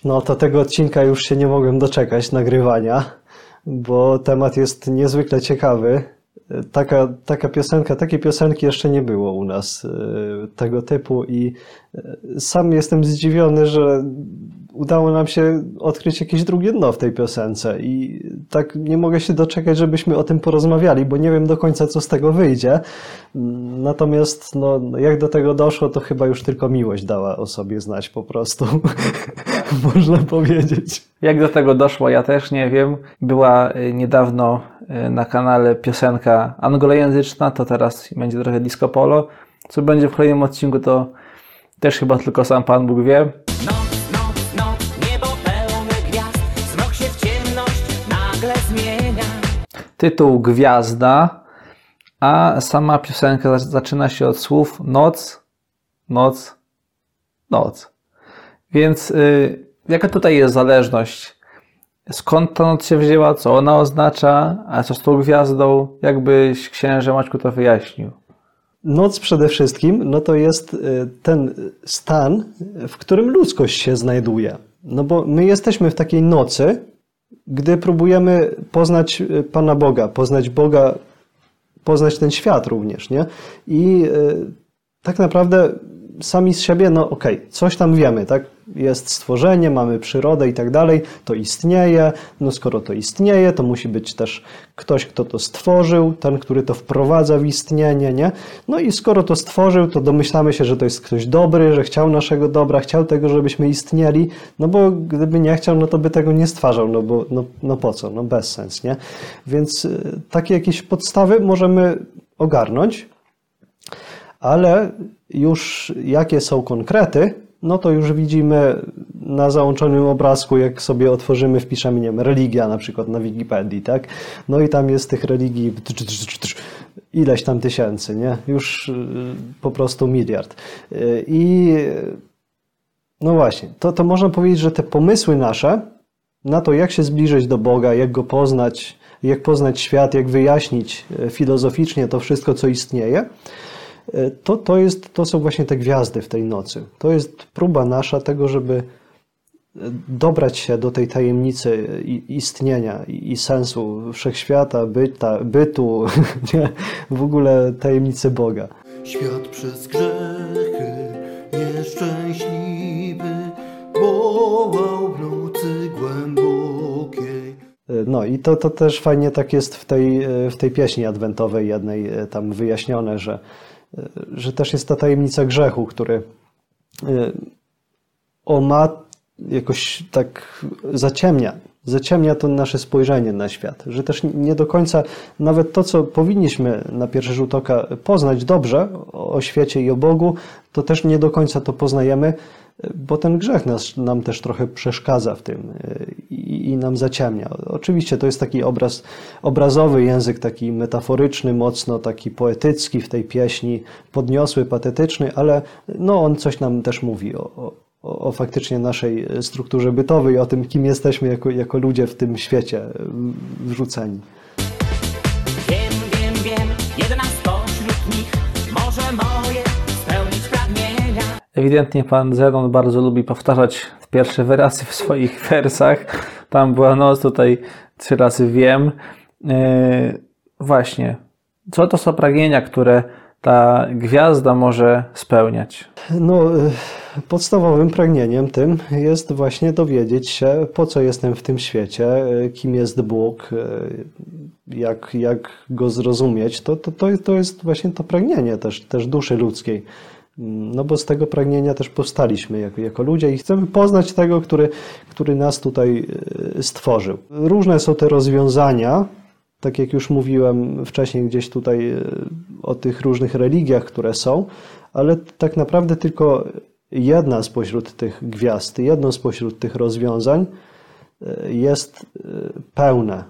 No to tego odcinka już się nie mogłem doczekać, nagrywania, bo temat jest niezwykle ciekawy. Taka piosenka, takiej piosenki jeszcze nie było u nas tego typu i sam jestem zdziwiony, że udało nam się odkryć jakieś drugie dno w tej piosence i tak nie mogę się doczekać, żebyśmy o tym porozmawiali, bo nie wiem do końca, co z tego wyjdzie. Natomiast no, jak do tego doszło, to chyba już tylko miłość dała o sobie znać po prostu, można powiedzieć. Jak do tego doszło, ja też nie wiem. Była niedawno na kanale piosenka anglojęzyczna, to teraz będzie trochę disco polo. Co będzie w kolejnym odcinku, to też chyba tylko sam Pan Bóg wie. Tytuł Gwiazda, a sama piosenka zaczyna się od słów noc, noc, noc. Więc jaka tutaj jest zależność? Skąd ta noc się wzięła? Co ona oznacza? A co z tą gwiazdą? Jakbyś księże Maćku to wyjaśnił? Noc przede wszystkim, no to jest ten stan, w którym ludzkość się znajduje. No bo my jesteśmy w takiej nocy, gdy próbujemy poznać Pana Boga, poznać ten świat również, nie? I tak naprawdę sami z siebie, no okej, coś tam wiemy, tak? Jest stworzenie, mamy przyrodę i tak dalej, to istnieje, no skoro to istnieje, to musi być też ktoś, kto to stworzył, ten, który to wprowadza w istnienie, nie? No i skoro to stworzył, to domyślamy się, że to jest ktoś dobry, że chciał naszego dobra, chciał tego, żebyśmy istnieli, no bo gdyby nie chciał, no to by tego nie stwarzał, no bo no po co, no bez sens, nie? Więc takie jakieś podstawy możemy ogarnąć, ale już jakie są konkrety, no to już widzimy na załączonym obrazku, jak sobie otworzymy, wpiszemy, nie wiem, religia na przykład na Wikipedii, tak? No i tam jest tych religii ileś tam tysięcy, nie? Już po prostu miliard. I no właśnie, to można powiedzieć, że te pomysły nasze na to, jak się zbliżyć do Boga, jak Go poznać, jak poznać świat, jak wyjaśnić filozoficznie to wszystko, co istnieje, to są właśnie te gwiazdy w tej nocy. To jest próba nasza tego, żeby dobrać się do tej tajemnicy istnienia i sensu wszechświata, bytu, nie? W ogóle tajemnicy Boga. Świat przez grzechy nieszczęśliwy wołał w nocy głębokiej. No i to też fajnie tak jest w tej pieśni adwentowej jednej tam wyjaśnione, że też jest ta tajemnica grzechu, który on ma jakoś tak zaciemnia to nasze spojrzenie na świat, że też nie do końca nawet to, co powinniśmy na pierwszy rzut oka poznać dobrze o świecie i o Bogu, to też nie do końca to poznajemy, bo ten grzech nam też trochę przeszkadza w tym i nam zaciemnia. Oczywiście to jest taki obrazowy język, taki metaforyczny, mocno taki poetycki w tej pieśni, podniosły, patetyczny, ale no on coś nam też mówi o faktycznie naszej strukturze bytowej, o tym, kim jesteśmy jako ludzie w tym świecie wrzuceni. Wiem, jedna spośród nich może moje spełnić pragnienia. Ewidentnie pan Zenon bardzo lubi powtarzać pierwsze wyrazy w swoich wersach. Tam była noc, tutaj 3 razy wiem. Właśnie, co to są pragnienia, które ta gwiazda może spełniać? No, podstawowym pragnieniem tym jest właśnie dowiedzieć się, po co jestem w tym świecie, kim jest Bóg, jak Go zrozumieć. To jest właśnie to pragnienie też duszy ludzkiej. No bo z tego pragnienia też powstaliśmy jako ludzie i chcemy poznać tego, który nas tutaj stworzył. Różne są te rozwiązania, tak jak już mówiłem wcześniej gdzieś tutaj o tych różnych religiach, które są, ale tak naprawdę tylko jedna spośród tych gwiazd, jedno spośród tych rozwiązań jest pełne,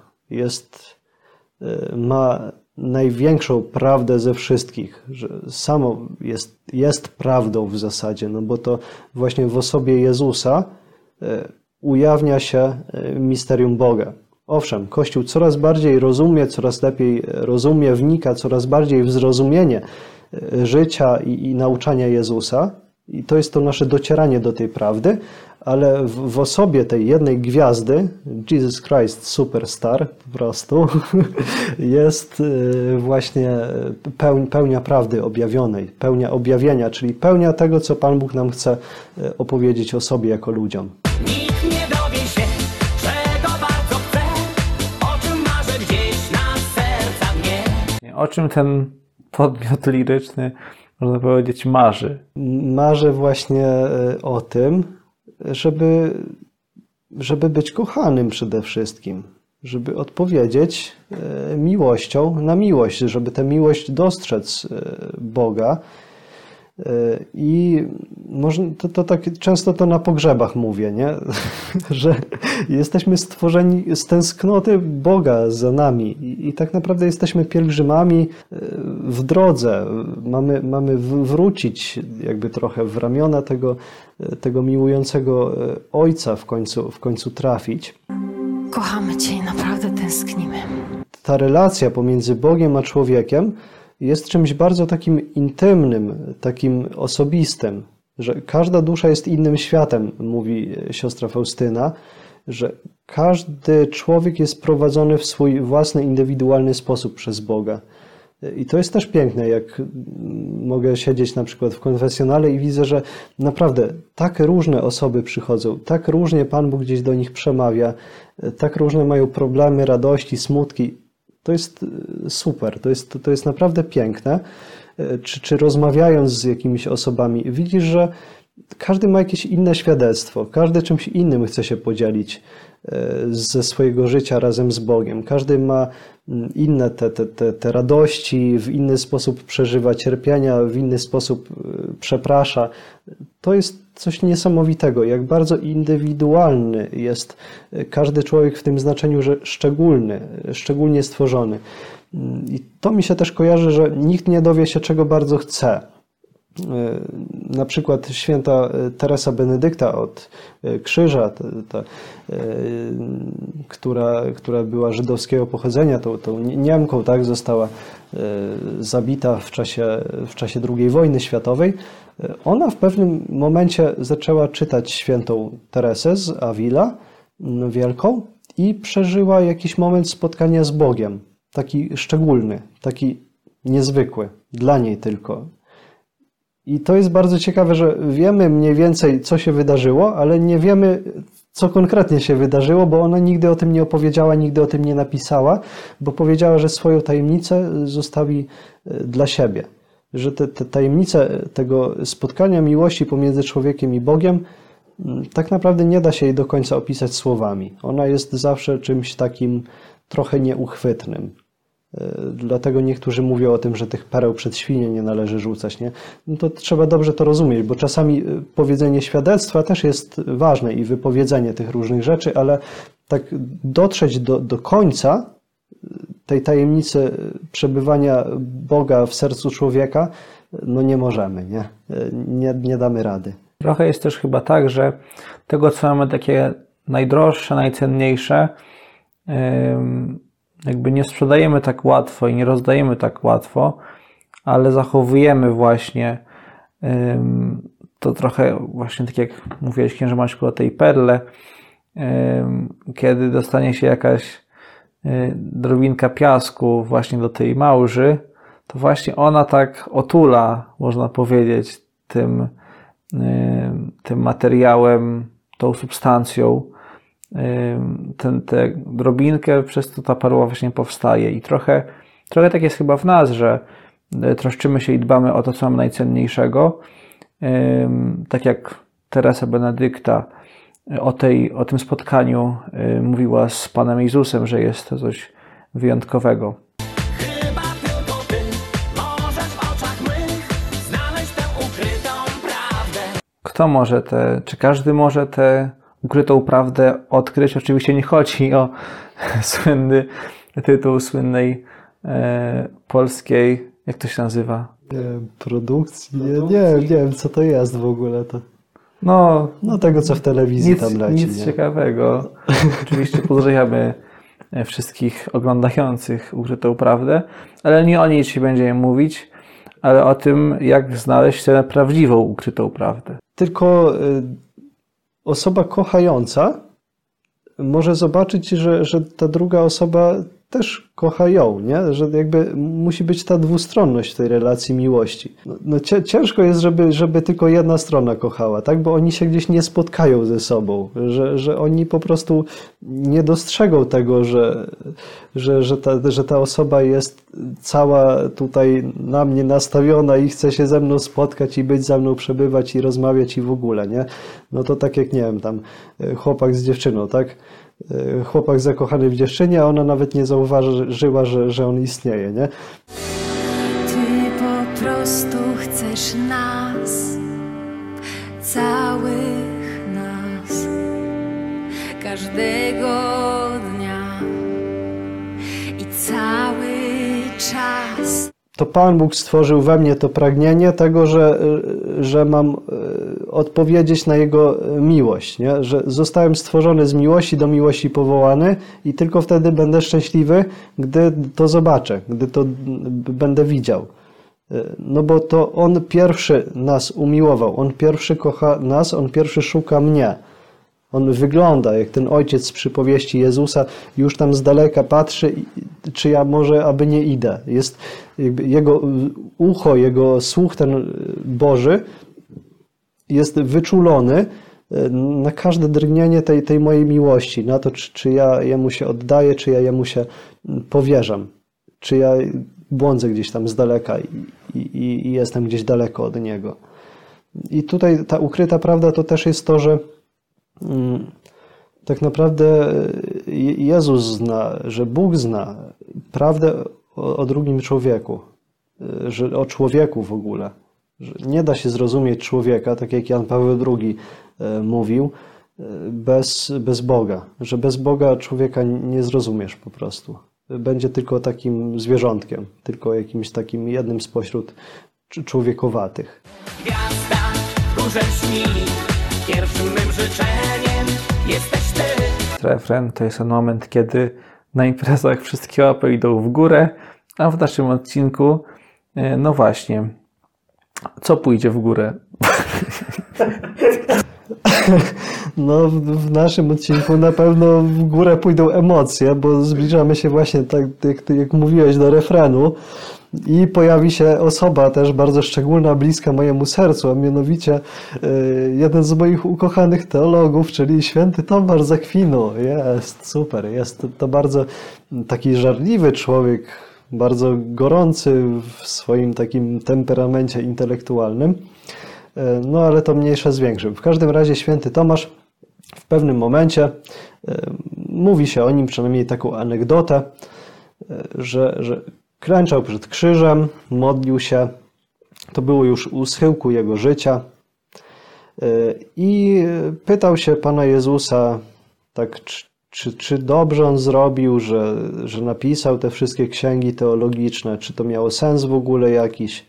ma największą prawdę ze wszystkich, że samo jest prawdą w zasadzie, no bo to właśnie w osobie Jezusa ujawnia się misterium Boga. Owszem, Kościół coraz bardziej rozumie, coraz lepiej rozumie, wnika coraz bardziej w zrozumienie życia i nauczania Jezusa. I to jest to nasze docieranie do tej prawdy, ale w osobie tej jednej gwiazdy, Jesus Christ Superstar po prostu, jest właśnie pełnia prawdy objawionej, pełnia objawienia, czyli pełnia tego, co Pan Bóg nam chce opowiedzieć o sobie jako ludziom. Nikt nie dowie się, czego bardzo chce, o czym marzy gdzieś na serca mnie. O czym ten podmiot liryczny, można powiedzieć, marzy? Marzę właśnie o tym, żeby być kochanym przede wszystkim, żeby odpowiedzieć miłością na miłość, żeby tę miłość dostrzec Boga. I można, to tak często to na pogrzebach mówię, nie? Że jesteśmy stworzeni z tęsknoty Boga za nami i tak naprawdę jesteśmy pielgrzymami w drodze. Mamy wrócić jakby trochę w ramiona tego miłującego Ojca w końcu trafić. Kochamy Cię i naprawdę tęsknimy. Ta relacja pomiędzy Bogiem a człowiekiem jest czymś bardzo takim intymnym, takim osobistym, że każda dusza jest innym światem, mówi siostra Faustyna, że każdy człowiek jest prowadzony w swój własny, indywidualny sposób przez Boga. I to jest też piękne, jak mogę siedzieć na przykład w konfesjonale i widzę, że naprawdę tak różne osoby przychodzą, tak różnie Pan Bóg gdzieś do nich przemawia, tak różne mają problemy, radości, smutki. To jest super, to jest naprawdę piękne. Czy rozmawiając z jakimiś osobami, widzisz, że każdy ma jakieś inne świadectwo, każdy czymś innym chce się podzielić ze swojego życia razem z Bogiem. Każdy ma inne te radości, w inny sposób przeżywa cierpienia, w inny sposób przeprasza. To jest coś niesamowitego, jak bardzo indywidualny jest każdy człowiek w tym znaczeniu, że szczególnie stworzony. I to mi się też kojarzy, że nikt nie dowie się, czego bardzo chce. Na przykład święta Teresa Benedykta od krzyża, która była żydowskiego pochodzenia, tą Niemką, tak, została zabita w czasie II wojny światowej. Ona w pewnym momencie zaczęła czytać świętą Teresę z Avila, wielką, i przeżyła jakiś moment spotkania z Bogiem, taki szczególny, taki niezwykły, dla niej tylko. I to jest bardzo ciekawe, że wiemy mniej więcej, co się wydarzyło, ale nie wiemy, co konkretnie się wydarzyło, bo ona nigdy o tym nie opowiedziała, nigdy o tym nie napisała, bo powiedziała, że swoją tajemnicę zostawi dla siebie. Że te tajemnice tego spotkania miłości pomiędzy człowiekiem i Bogiem tak naprawdę nie da się jej do końca opisać słowami. Ona jest zawsze czymś takim trochę nieuchwytnym. Dlatego niektórzy mówią o tym, że tych pereł przed świnie nie należy rzucać. Nie? No to trzeba dobrze to rozumieć, bo czasami powiedzenie świadectwa też jest ważne i wypowiedzenie tych różnych rzeczy, ale tak dotrzeć do końca tej tajemnicy przebywania Boga w sercu człowieka, no nie możemy, nie damy rady. Trochę jest też chyba tak, że tego, co mamy takie najdroższe, najcenniejsze, jakby nie sprzedajemy tak łatwo i nie rozdajemy tak łatwo, ale zachowujemy właśnie to trochę właśnie tak jak mówiłeś, księże Maćku, o tej perle, kiedy dostanie się jakaś drobinka piasku właśnie do tej małży, to właśnie ona tak otula, można powiedzieć, tym materiałem, tą substancją, tę drobinkę, przez to ta perła właśnie powstaje. I trochę tak jest chyba w nas, że troszczymy się i dbamy o to, co mamy najcenniejszego. Tak jak Teresa Benedykta o tym spotkaniu mówiła z Panem Jezusem, że jest to coś wyjątkowego. Chyba tylko ty możesz w oczach mych znaleźć tę ukrytą prawdę. Kto może czy każdy może tę ukrytą prawdę odkryć? Oczywiście nie chodzi o słynny tytuł słynnej polskiej, jak to się nazywa? Produkcji? Nie wiem, co to jest w ogóle. No tego, co w telewizji tam leci. Nic ciekawego. Oczywiście pozdrawiamy wszystkich oglądających Ukrytą Prawdę, ale nie o niej dzisiaj będziemy mówić, ale o tym, jak znaleźć tę prawdziwą ukrytą prawdę. Tylko osoba kochająca może zobaczyć, że ta druga osoba też kocha ją, nie? Że jakby musi być ta dwustronność w tej relacji miłości. Ciężko jest, żeby tylko jedna strona kochała, tak? Bo oni się gdzieś nie spotkają ze sobą, że oni po prostu nie dostrzegą tego, że ta osoba jest cała tutaj na mnie nastawiona i chce się ze mną spotkać i być ze mną, przebywać i rozmawiać i w ogóle, nie? No to tak jak, nie wiem, tam chłopak z dziewczyną, tak? Chłopak zakochany w dziewczynie, a ona nawet nie zauważyła, że on istnieje, nie? Ty po prostu chcesz nas, całych nas, każdego dnia i cały czas. To Pan Bóg stworzył we mnie to pragnienie tego, że mam odpowiedzieć na Jego miłość, nie? Że zostałem stworzony z miłości, do miłości powołany i tylko wtedy będę szczęśliwy, gdy to zobaczę, gdy to będę widział. No bo to On pierwszy nas umiłował, On pierwszy kocha nas, On pierwszy szuka mnie. On wygląda jak ten ojciec z przypowieści Jezusa, już tam z daleka patrzy, czy ja może aby nie idę. Jest jego ucho, jego słuch ten Boży jest wyczulony na każde drgnienie tej mojej miłości, na to, czy ja Jemu się oddaję, czy ja Jemu się powierzam, czy ja błądzę gdzieś tam z daleka i jestem gdzieś daleko od Niego. I tutaj ta ukryta prawda to też jest to, że tak naprawdę Jezus zna, że Bóg zna prawdę o drugim człowieku, że o człowieku w ogóle. Że nie da się zrozumieć człowieka, tak jak Jan Paweł II mówił, bez Boga. Że bez Boga człowieka nie zrozumiesz po prostu. Będzie tylko takim zwierzątkiem, tylko jakimś takim jednym spośród człowiekowatych. Gwiazda w górze śni, pierwszym mym życzeniem jesteś ty. Refren to jest ten moment, kiedy na imprezach wszystkie łapy idą w górę, a w naszym odcinku, no właśnie, co pójdzie w górę? No, w naszym odcinku na pewno w górę pójdą emocje, bo zbliżamy się właśnie, tak jak mówiłeś, do refrenu i pojawi się osoba też bardzo szczególna, bliska mojemu sercu, a mianowicie jeden z moich ukochanych teologów, czyli święty Tomasz z Akwinu. Jest super, jest to bardzo taki żarliwy człowiek, bardzo gorący w swoim takim temperamencie intelektualnym. No ale to mniejsza z większym. W każdym razie święty Tomasz w pewnym momencie, mówi się o nim przynajmniej taką anegdotę, że klęczał przed krzyżem, modlił się, to było już u schyłku jego życia i pytał się Pana Jezusa, tak, czy dobrze on zrobił, że napisał te wszystkie księgi teologiczne, czy to miało sens w ogóle jakiś.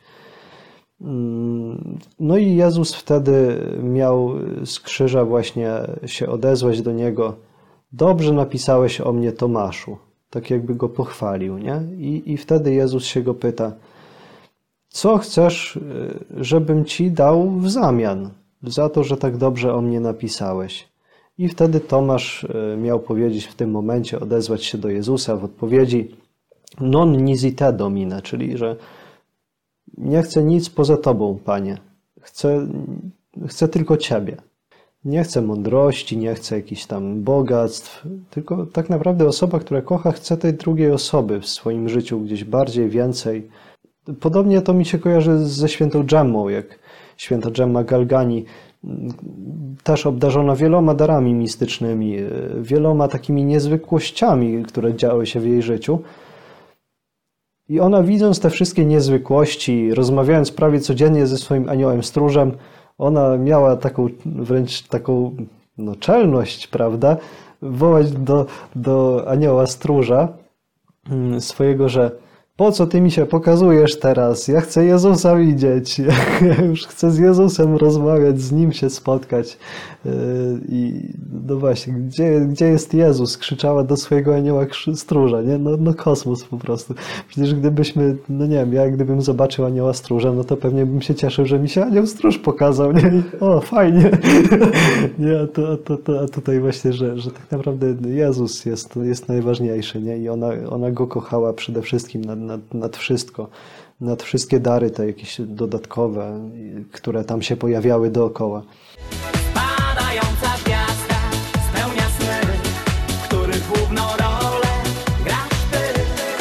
No i Jezus wtedy miał z krzyża właśnie się odezwać do niego: dobrze napisałeś o mnie, Tomaszu. Tak jakby go pochwalił, nie? I wtedy Jezus się go pyta: co chcesz, żebym ci dał w zamian za to, że tak dobrze o mnie napisałeś? I wtedy Tomasz miał powiedzieć w tym momencie, odezwać się do Jezusa w odpowiedzi: non nisi te, Domine, czyli że nie chcę nic poza Tobą, Panie. Chcę tylko Ciebie. Nie chcę mądrości, nie chcę jakichś tam bogactw, tylko tak naprawdę osoba, która kocha, chce tej drugiej osoby w swoim życiu gdzieś bardziej, więcej. Podobnie to mi się kojarzy ze świętą Dżemmą, jak święta Dżemma Galgani, też obdarzona wieloma darami mistycznymi, wieloma takimi niezwykłościami, które działy się w jej życiu. I ona, widząc te wszystkie niezwykłości, rozmawiając prawie codziennie ze swoim aniołem stróżem, ona miała wręcz taką czelność, prawda, wołać do anioła stróża swojego, że po co ty mi się pokazujesz teraz? Ja chcę Jezusa widzieć. Ja już chcę z Jezusem rozmawiać, z Nim się spotkać. I no właśnie, gdzie jest Jezus? Krzyczała do swojego anioła stróża, nie? No kosmos po prostu. Przecież gdybyśmy, no nie wiem, ja gdybym zobaczył anioła stróża, no to pewnie bym się cieszył, że mi się anioł stróż pokazał, nie? O, fajnie. Nie, a tutaj właśnie, że tak naprawdę Jezus jest najważniejszy, nie? I ona Go kochała przede wszystkim nad wszystko, nad wszystkie dary te jakieś dodatkowe, które tam się pojawiały dookoła. Padająca gwiazda spełnia sny, w których główną rolę grasz ty.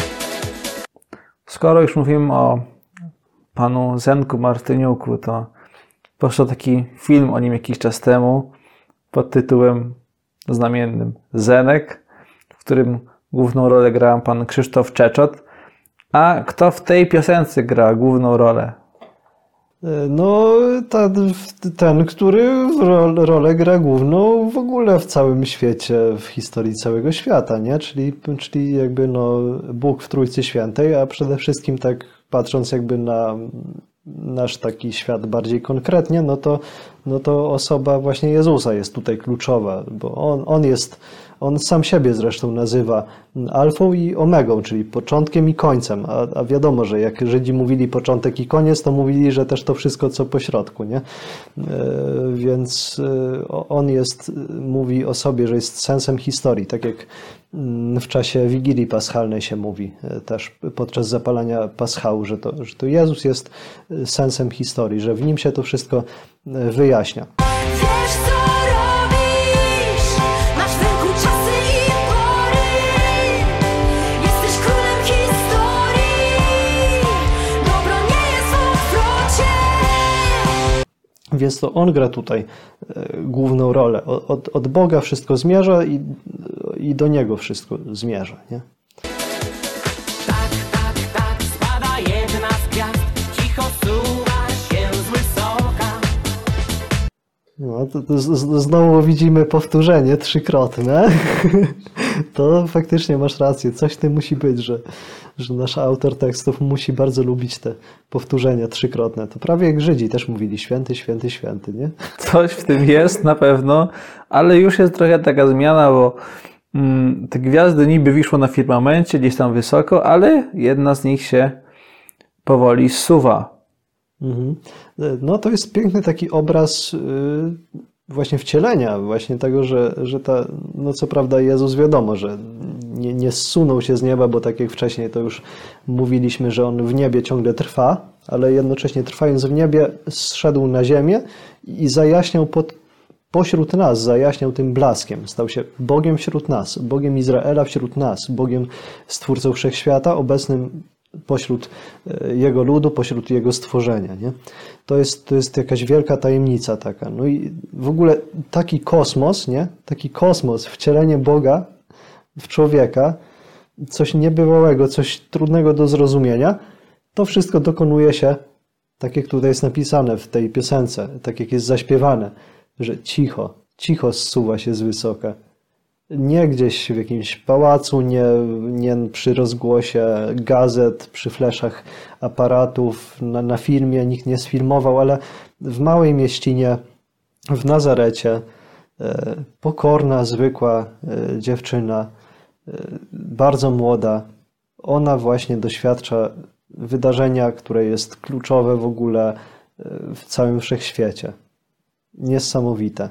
Skoro już mówimy o panu Zenku Martyniuku, to powstał taki film o nim jakiś czas temu pod tytułem znamiennym Zenek, w którym główną rolę grał pan Krzysztof Czeczot. A kto w tej piosence gra główną rolę? No, ten, który rolę gra główną w ogóle w całym świecie, w historii całego świata, nie? Czyli jakby no Bóg w Trójcy Świętej, a przede wszystkim tak patrząc jakby na nasz taki świat bardziej konkretnie, no to osoba właśnie Jezusa jest tutaj kluczowa, bo on sam siebie zresztą nazywa alfą i omegą, czyli początkiem i końcem, a wiadomo, że jak Żydzi mówili początek i koniec, to mówili, że też to wszystko, co po środku, nie? Więc on mówi o sobie, że jest sensem historii, tak jak w czasie Wigilii Paschalnej się mówi, też podczas zapalania paschału, że to Jezus jest sensem historii, że w nim się to wszystko wyjaśnia. Wiesz co robisz, masz w ręku czasy i pory. Jesteś królem historii, dobro nie jest w odwrocie. Więc to on gra tutaj główną rolę. Od Boga wszystko zmierza i do Niego wszystko zmierza, nie? Tak, spada jedna z gwiazd, cicho suwa się z wysoka. No, to znowu widzimy powtórzenie trzykrotne. To faktycznie masz rację. Coś w tym musi być, że nasz autor tekstów musi bardzo lubić te powtórzenia trzykrotne. To prawie jak Żydzi też mówili święty, święty, święty, nie? Coś w tym jest na pewno, ale już jest trochę taka zmiana, bo te gwiazdy niby wiszą na firmamencie, gdzieś tam wysoko, ale jedna z nich się powoli zsuwa. Mhm. No to jest piękny taki obraz właśnie wcielenia, właśnie tego, że no co prawda Jezus wiadomo, że nie zsunął się z nieba, bo tak jak wcześniej to już mówiliśmy, że On w niebie ciągle trwa, ale jednocześnie trwając w niebie zszedł na ziemię i zajaśniał pośród nas, zajaśniał tym blaskiem. Stał się Bogiem wśród nas, Bogiem Izraela wśród nas, Bogiem Stwórcą Wszechświata, obecnym pośród Jego ludu, pośród Jego stworzenia. Nie? To jest jakaś wielka tajemnica taka. No i w ogóle taki kosmos, nie? Taki kosmos, wcielenie Boga w człowieka, coś niebywałego, coś trudnego do zrozumienia, to wszystko dokonuje się, tak jak tutaj jest napisane w tej piosence, tak jak jest zaśpiewane, że cicho zsuwa się z wysoka. Nie gdzieś w jakimś pałacu, nie przy rozgłosie gazet, przy fleszach aparatów, na filmie, nikt nie sfilmował, ale w małej mieścinie, w Nazarecie, pokorna, zwykła dziewczyna, bardzo młoda, ona właśnie doświadcza wydarzenia, które jest kluczowe w ogóle w całym wszechświecie. Niesamowite.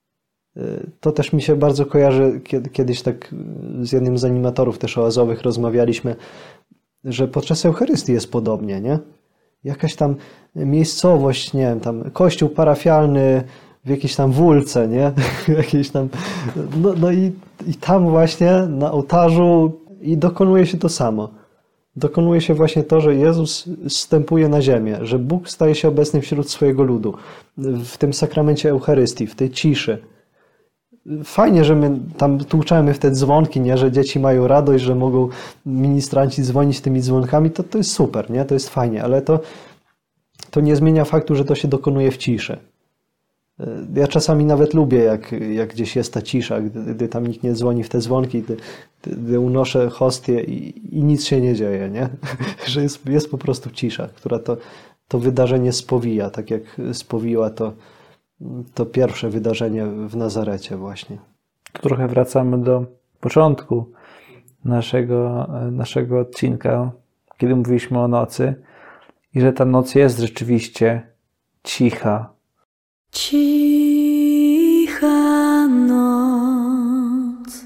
To też mi się bardzo kojarzy, kiedyś tak z jednym z animatorów też oazowych rozmawialiśmy, że podczas Eucharystii jest podobnie, nie? Jakaś tam miejscowość, nie wiem, tam kościół parafialny w jakiejś tam wólce, nie? Jakieś tam, no i tam właśnie na ołtarzu i dokonuje się to samo. Dokonuje się właśnie to, że Jezus zstępuje na ziemię, że Bóg staje się obecny wśród swojego ludu, w tym sakramencie Eucharystii, w tej ciszy. Fajnie, że my tam tłuczemy w te dzwonki, nie? Że dzieci mają radość, że mogą ministranci dzwonić tymi dzwonkami, to jest super, nie? To jest fajnie, ale to nie zmienia faktu, że to się dokonuje w ciszy. Ja czasami nawet lubię, jak gdzieś jest ta cisza, gdy tam nikt nie dzwoni w te dzwonki, gdy unoszę hostię i nic się nie dzieje, nie? Że jest po prostu cisza, która to wydarzenie spowija, tak jak spowiła to pierwsze wydarzenie w Nazarecie właśnie. Tu trochę wracamy do początku naszego odcinka, kiedy mówiliśmy o nocy i że ta noc jest rzeczywiście cicha. Cicha noc,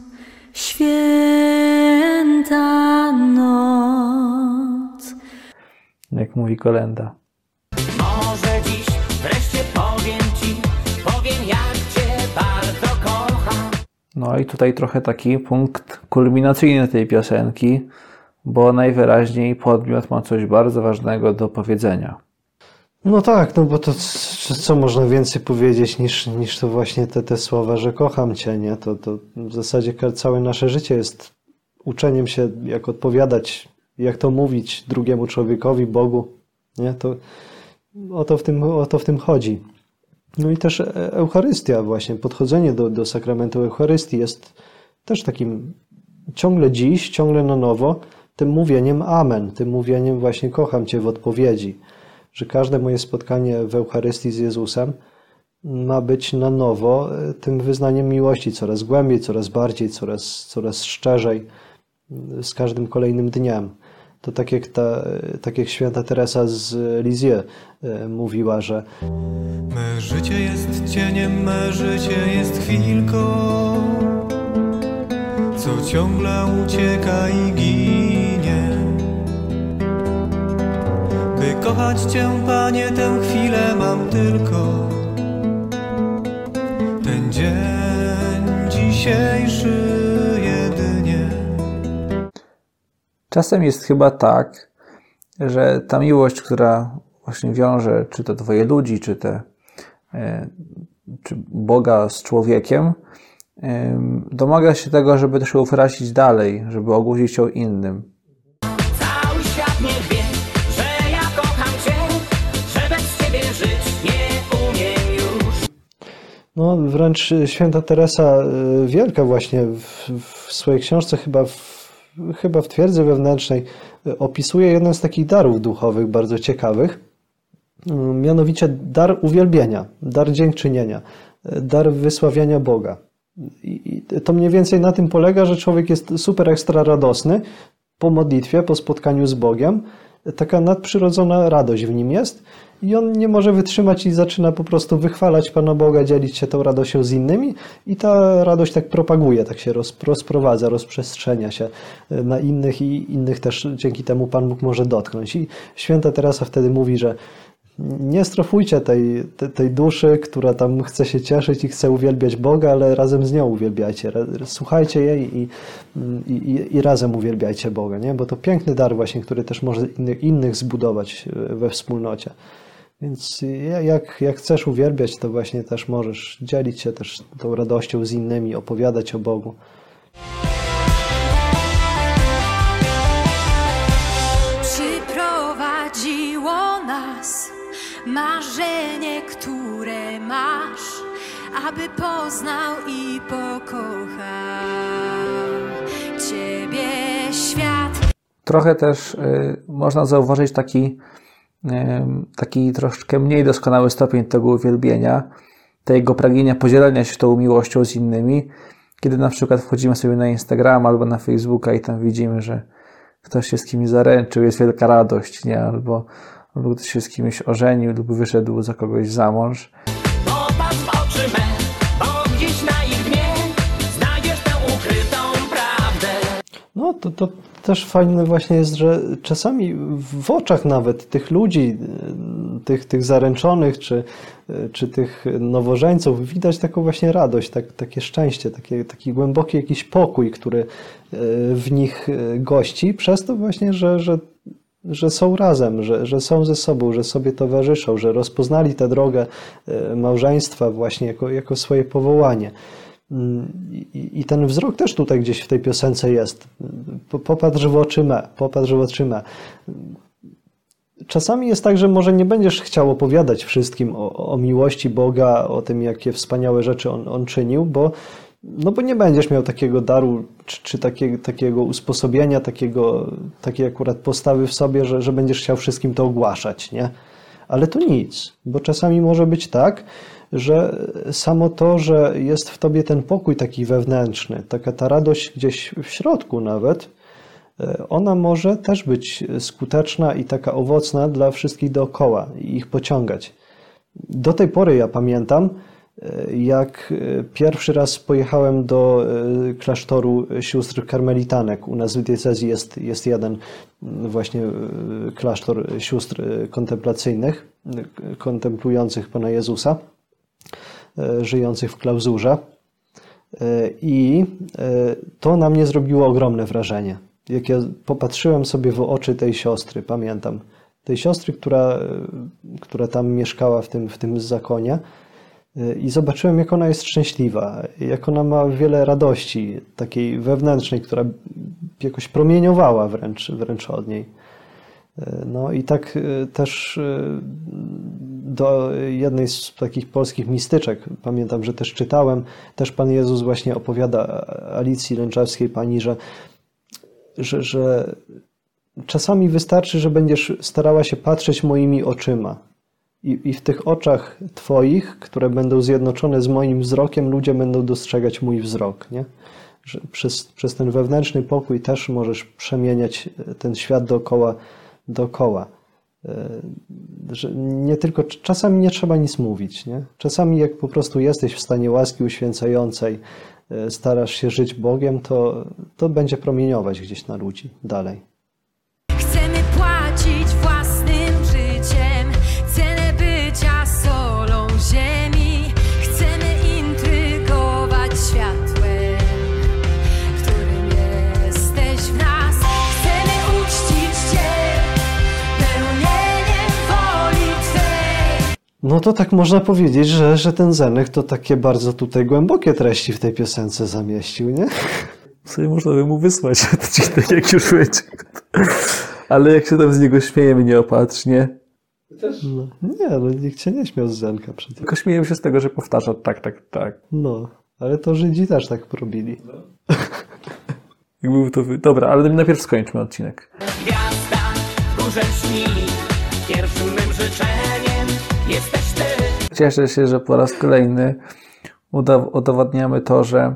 święta noc. Jak mówi kolenda. Może dziś wreszcie powiem jak cię bardzo kocham. No i tutaj trochę taki punkt kulminacyjny tej piosenki, bo najwyraźniej podmiot ma coś bardzo ważnego do powiedzenia. No tak, no bo to co można więcej powiedzieć niż to właśnie te słowa, że kocham cię, nie? To w zasadzie całe nasze życie jest uczeniem się, jak odpowiadać, jak to mówić drugiemu człowiekowi, Bogu, nie? To o to w tym chodzi. No i też Eucharystia właśnie, podchodzenie do sakramentu Eucharystii jest też takim ciągle dziś, ciągle na nowo, tym mówieniem amen, tym mówieniem właśnie kocham cię w odpowiedzi. Że każde moje spotkanie w Eucharystii z Jezusem ma być na nowo tym wyznaniem miłości, coraz głębiej, coraz bardziej, coraz szczerzej, z każdym kolejnym dniem. To tak jak święta Teresa z Lisieux mówiła, że Me życie jest cieniem, me życie jest chwilką, co ciągle ucieka i ginie. By kochać cię, Panie, tę chwilę mam tylko. Ten dzień dzisiejszy jedynie. Czasem jest chyba tak, że ta miłość, która właśnie wiąże czy to dwoje ludzi, czy Boga z człowiekiem, domaga się tego, żeby też ją wyrazić dalej, żeby ogłosić ją innym. Cały świat niech wie, że ja kocham cię, że bez ciebie żyć nie umiem już. no wręcz święta Teresa Wielka właśnie w swojej książce chyba w Twierdzy Wewnętrznej opisuje jeden z takich darów duchowych bardzo ciekawych, mianowicie dar uwielbienia, dar dziękczynienia, dar wysławiania Boga. I to mniej więcej na tym polega, że człowiek jest super ekstra radosny po modlitwie, po spotkaniu z Bogiem. Taka nadprzyrodzona radość w nim jest i on nie może wytrzymać i zaczyna po prostu wychwalać Pana Boga, dzielić się tą radością z innymi i ta radość tak propaguje, tak się rozprowadza, rozprzestrzenia się na innych i innych też dzięki temu Pan Bóg może dotknąć. I święta Teresa wtedy mówi, że nie strofujcie tej duszy, która tam chce się cieszyć i chce uwielbiać Boga, ale razem z nią uwielbiajcie. Słuchajcie jej i razem uwielbiajcie Boga, nie? Bo to piękny dar właśnie, który też może innych zbudować we wspólnocie. Więc jak chcesz uwielbiać, to właśnie też możesz dzielić się też tą radością z innymi, opowiadać o Bogu. Przyprowadziło nas marzenie, które masz, aby poznał i pokochał Ciebie świat. Trochę też można zauważyć taki troszkę mniej doskonały stopień tego uwielbienia, tego pragnienia podzielenia się tą miłością z innymi, kiedy na przykład wchodzimy sobie na Instagrama albo na Facebooka i tam widzimy, że ktoś się z kimś zaręczył, jest wielka radość, nie? Albo ktoś się z kimś ożenił lub wyszedł za kogoś za mąż. Popatrz w oczy me, bo gdzieś na ich dnie znajdziesz tę ukrytą prawdę. No to też fajne właśnie jest, że czasami w oczach nawet tych ludzi, tych zaręczonych czy tych nowożeńców widać taką właśnie radość, takie szczęście, taki głęboki jakiś pokój, który w nich gości, przez to właśnie, że są razem, że są ze sobą, że sobie towarzyszą, że rozpoznali tę drogę małżeństwa właśnie jako swoje powołanie. I ten wzrok też tutaj gdzieś w tej piosence jest. Popatrz w oczy me, popatrz w oczy me. czasami jest tak, że może nie będziesz chciał opowiadać wszystkim o miłości Boga, o tym, jakie wspaniałe rzeczy On czynił, bo nie będziesz miał takiego daru, czy takiego usposobienia, takiej akurat postawy w sobie, że będziesz chciał wszystkim to ogłaszać, nie? Ale to nic, bo czasami może być tak, że samo to, że jest w tobie ten pokój taki wewnętrzny, taka ta radość gdzieś w środku nawet, ona może też być skuteczna i taka owocna dla wszystkich dookoła i ich pociągać. Do tej pory ja pamiętam, jak pierwszy raz pojechałem do klasztoru sióstr karmelitanek. U nas w diecezji jest jeden właśnie klasztor sióstr kontemplacyjnych, kontemplujących Pana Jezusa, żyjących w klauzurze. I to na mnie zrobiło ogromne wrażenie. Jak ja popatrzyłem sobie w oczy tej siostry, pamiętam, tej siostry, która tam mieszkała w tym zakonie, i zobaczyłem, jak ona jest szczęśliwa, jak ona ma wiele radości, takiej wewnętrznej, która jakoś promieniowała wręcz od niej. No i tak też do jednej z takich polskich mistyczek, pamiętam, że też czytałem, też Pan Jezus właśnie opowiada Alicji Lęczewskiej, pani, że czasami wystarczy, że będziesz starała się patrzeć moimi oczyma. I w tych oczach Twoich, które będą zjednoczone z moim wzrokiem, ludzie będą dostrzegać mój wzrok, nie? Że przez ten wewnętrzny pokój też możesz przemieniać ten świat dookoła. Że nie tylko, czasami nie trzeba nic mówić, nie? Czasami jak po prostu jesteś w stanie łaski uświęcającej, starasz się żyć Bogiem, to będzie promieniować gdzieś na ludzi dalej. Chcemy płacić własnym życiem cenę bycia solą ziemi. Chcemy intrygować światłem, którym jesteś w nas. Chcemy uczcić Cię pełnieniem woli Twej. No to tak można powiedzieć, że ten Zenek to takie bardzo tutaj głębokie treści w tej piosence zamieścił, nie? Sobie można by mu wysłać odcinek, jak już będzie. Ale jak się tam z niego śmiejemy nieopatrznie. Nikt się nie śmiał z Zenka przecież. Tylko śmiejemy się z tego, że powtarza tak. No, ale to Żydzi też tak robili. Jak był to Dobra, ale najpierw skończmy odcinek. Gwiazda w górze śni, pierwszym mym życzeniem jesteś Ty. Cieszę się, że po raz kolejny udowadniamy to, że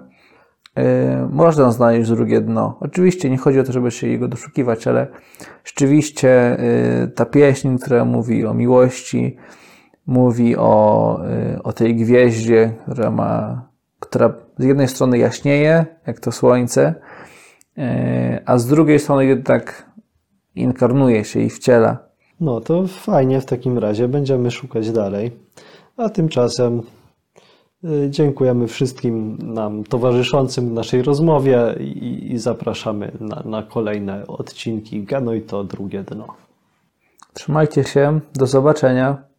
można znaleźć drugie dno. Oczywiście nie chodzi o to, żeby się jego doszukiwać, ale rzeczywiście ta pieśń, która mówi o miłości, mówi o tej gwieździe, która z jednej strony jaśnieje, jak to słońce, a z drugiej strony jednak inkarnuje się i wciela. No to fajnie, w takim razie będziemy szukać dalej. A tymczasem dziękujemy wszystkim nam towarzyszącym w naszej rozmowie i zapraszamy na kolejne odcinki Ganoj to drugie dno. Trzymajcie się, do zobaczenia.